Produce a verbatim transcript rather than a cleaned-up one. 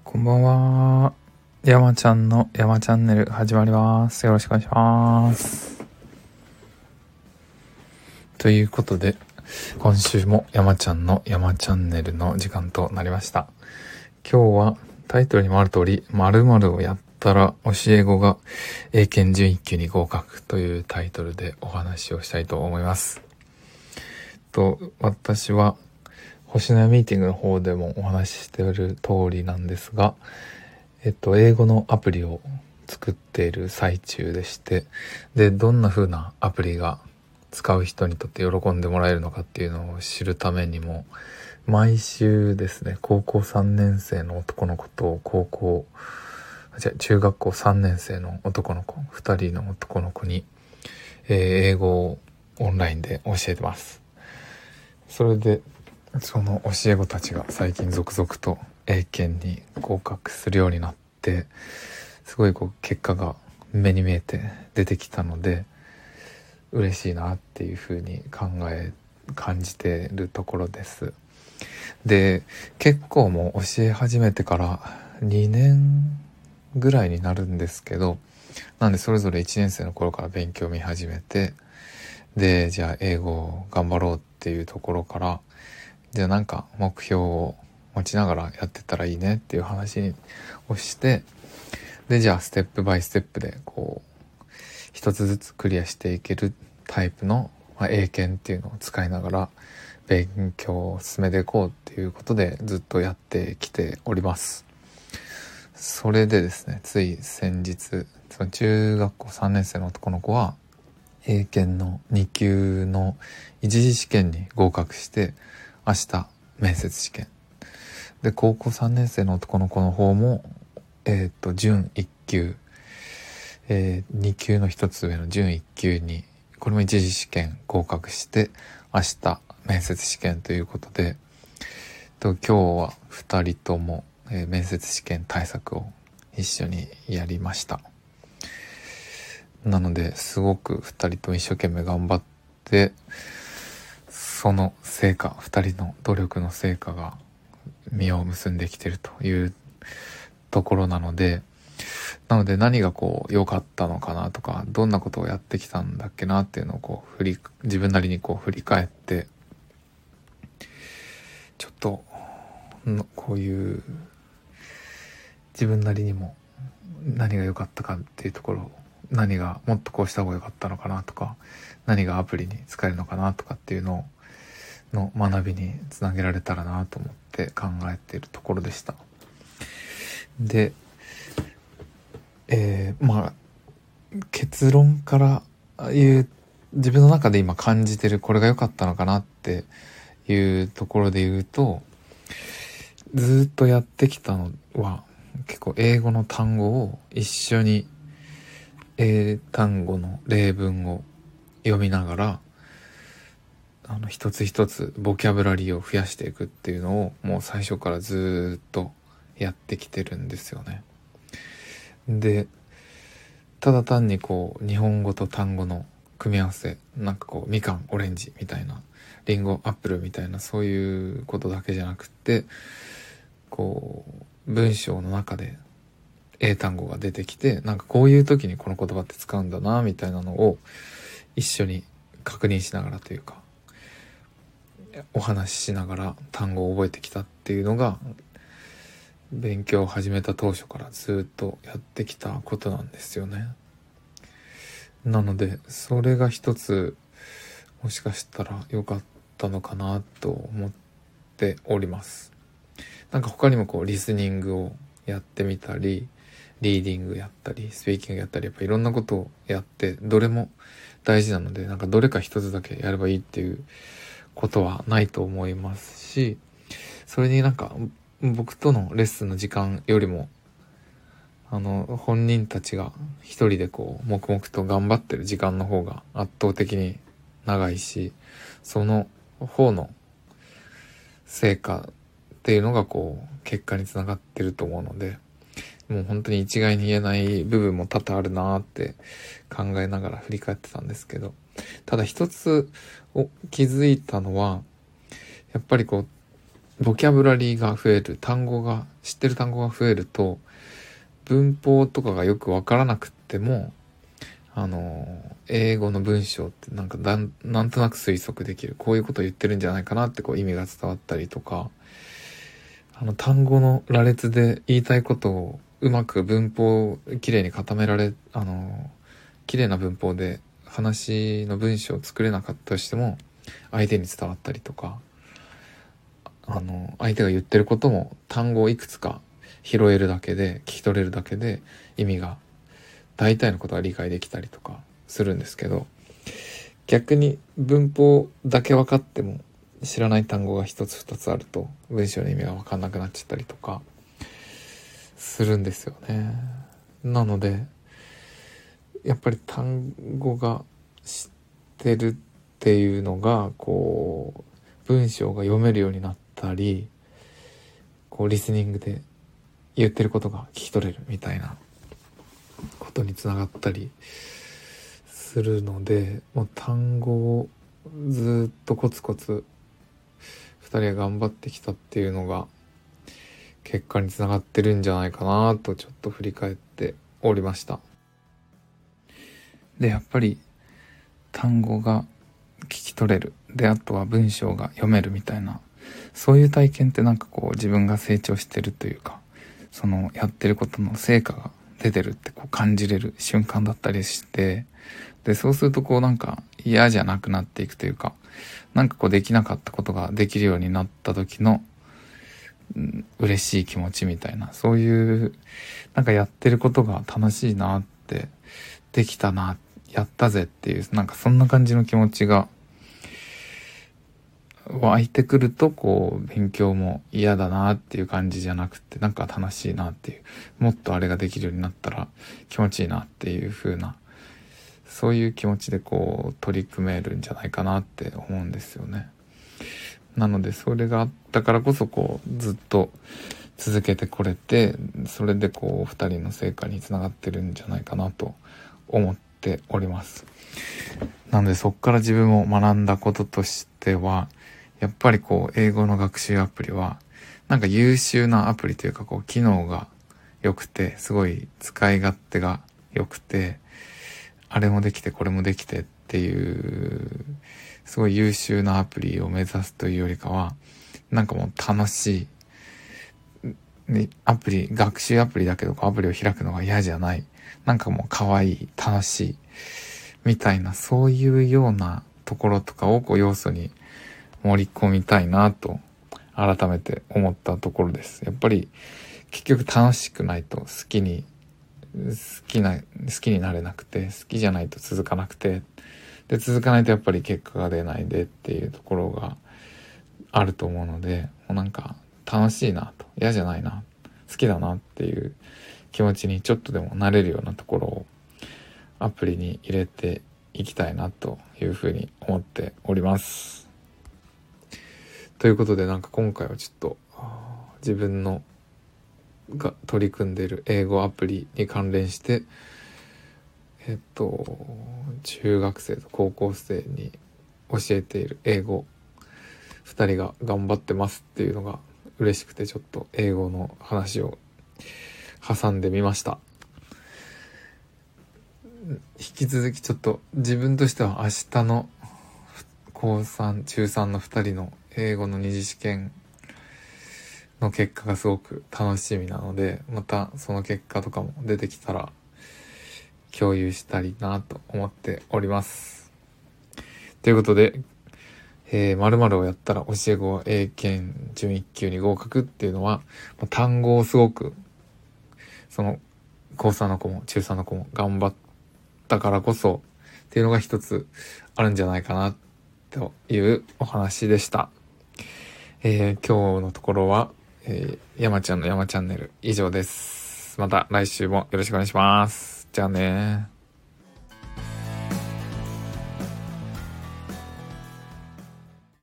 こんばんは。山ちゃんの山チャンネル始まります。よろしくお願いします。ということで、今週も山ちゃんの山チャンネルの時間となりました。今日はタイトルにもある通り、〇〇をやったら教え子が英検準いっ級に合格というタイトルでお話をしたいと思います。と、私は星のやミーティングの方でもお話ししている通りなんですが、えっと、英語のアプリを作っている最中でして、で、どんな風なアプリが使う人にとって喜んでもらえるのかっていうのを知るためにも、毎週ですね、高校さんねん生の男の子と高校、じゃ中学校さんねん生の男の子、ふたりの男の子に、えー英語をオンラインで教えてます。それで、その教え子たちが最近続々と英検に合格するようになって、すごいこう結果が目に見えて出てきたので嬉しいなっていうふうに考え感じているところです。で、結構もう教え始めてからにねんぐらいになるんですけど、なんでそれぞれいちねん生の頃から勉強を見始めて、でじゃあ英語を頑張ろうっていうところから、じゃあなんか目標を持ちながらやってったらいいねっていう話をして、でじゃあステップバイステップでこう一つずつクリアしていけるタイプの、まあ、英検っていうのを使いながら勉強を進めていこうっていうことでずっとやってきております。それでですね、つい先日、その中学校さんねん生の男の子は英検のに級の一次試験に合格して、明日面接試験で、高校さんねん生の男の子の方もえっと準いっ級、えー、に級の一つ上の準いっ級に、これも一次試験合格して明日面接試験ということで、と今日はふたりとも、えー、面接試験対策を一緒にやりました。なのですごくふたりとも一生懸命頑張って、その成果、ふたりの努力の成果が実を結んできてるというところなので、なので何がこう良かったのかなとか、どんなことをやってきたんだっけなっていうのをこう振り自分なりにこう振り返って、ちょっとこういう自分なりにも何が良かったかっていうところ、何がもっとこうした方が良かったのかなとか、何がアプリに使えるのかなとかっていうのの学びにつなげられたらなと思って考えているところでした。で、えー、まあ結論から言う、自分の中で今感じてるこれが良かったのかなっていうところで言うと、ずっとやってきたのは結構英語の単語を一緒に英単語の例文を読みながら、あの一つ一つボキャブラリーを増やしていくっていうのをもう最初からずっとやってきてるんですよね。で、ただ単にこう日本語と単語の組み合わせ、なんかこうみかんオレンジみたいな、リンゴアップルみたいな、そういうことだけじゃなくって、こう文章の中で英単語が出てきて、なんかこういう時にこの言葉って使うんだなみたいなのを一緒に確認しながらというか、お話ししながら単語を覚えてきたっていうのが、勉強を始めた当初からずっとやってきたことなんですよね。なのでそれが一つもしかしたら良かったのかなと思っております。なんか他にもこうリスニングをやってみたり、リーディングやったり、スピーキングやったり、やっぱいろんなことをやって、どれも大事なので、なんかどれか一つだけやればいいっていうことはないと思いますし、それになんか僕とのレッスンの時間よりも、あの本人たちが一人でこう黙々と頑張ってる時間の方が圧倒的に長いし、その方の成果っていうのがこう結果につながってると思うので、もう本当に一概に言えない部分も多々あるなーって考えながら振り返ってたんですけど、ただ一つを気づいたのは、やっぱりこうボキャブラリーが増える、単語が、知ってる単語が増えると、文法とかがよくわからなくっても、あの、英語の文章ってなんかだん、なんとなく推測できる。こういうこと言ってるんじゃないかなってこう意味が伝わったりとか、あの単語の羅列で言いたいことをうまく文法をきれいに固められ、あの、きれいな文法で話の文章を作れなかったとしても、相手に伝わったりとか、あの、相手が言ってることも単語をいくつか拾えるだけで、聞き取れるだけで意味が、大体のことが理解できたりとかするんですけど、逆に文法だけ分かっても知らない単語が一つ二つあると文章の意味が分かんなくなっちゃったりとかするんですよね。なのでやっぱり単語が知ってるっていうのがこう文章が読めるようになったり、こうリスニングで言ってることが聞き取れるみたいなことにつながったりするので、もう単語をずっとコツコツふたりが頑張ってきたっていうのが結果につながってるんじゃないかなとちょっと振り返っておりました。でやっぱり単語が聞き取れる、であとは文章が読めるみたいな、そういう体験ってなんかこう自分が成長してるというか、そのやってることの成果が出てるってこう感じれる瞬間だったりして、でそうするとこうなんか嫌じゃなくなっていくというか、なんかこうできなかったことができるようになった時の、うん、嬉しい気持ちみたいな、そういうなんかやってることが楽しいなって、できたな、やったぜっていう、なんかそんな感じの気持ちが湧いてくると、こう勉強も嫌だなっていう感じじゃなくて、なんか楽しいなっていう、もっとあれができるようになったら気持ちいいなっていう風な、そういう気持ちでこう取り組めるんじゃないかなって思うんですよね。なのでそれがあったからこそこうずっと続けてこれて、それでこうふたりの成果につながってるんじゃないかなと思っております。なのでそこから自分も学んだこととしては、やっぱりこう英語の学習アプリはなんか優秀なアプリというか、こう機能が良くて、すごい使い勝手が良くて、あれもできてこれもできてっていうすごい優秀なアプリを目指すというよりかは、なんかもう楽しい、ね、アプリ、学習アプリだけどアプリを開くのが嫌じゃない、なんかもう可愛い、楽しいみたいな、そういうようなところとかをこう要素に盛り込みたいなと改めて思ったところです。やっぱり結局楽しくないと好きに好きな好きになれなくて、好きじゃないと続かなくて、で続かないとやっぱり結果が出ないでっていうところがあると思うので、もうなんか楽しいなと、嫌じゃないな、好きだなっていう気持ちにちょっとでもなれるようなところをアプリに入れていきたいなというふうに思っております。ということで、なんか今回はちょっと自分のが取り組んでいる英語アプリに関連して、えっと中学生と高校生に教えている英語ふたりが頑張ってますっていうのが嬉しくて、ちょっと英語の話を挟んでみました。引き続きちょっと自分としては明日の高さん、中さんのふたりの英語の二次試験の結果がすごく楽しみなので、またその結果とかも出てきたら共有したいなと思っております。ということで、えー、〇〇をやったら教え子は英検準いっ級に合格っていうのは、単語をすごくその高さんの子も中さんの子も頑張ったからこそっていうのが一つあるんじゃないかなというお話でした。えー、今日のところは、えー、山ちゃんの山チャンネル以上です。また来週もよろしくお願いします。じゃあね。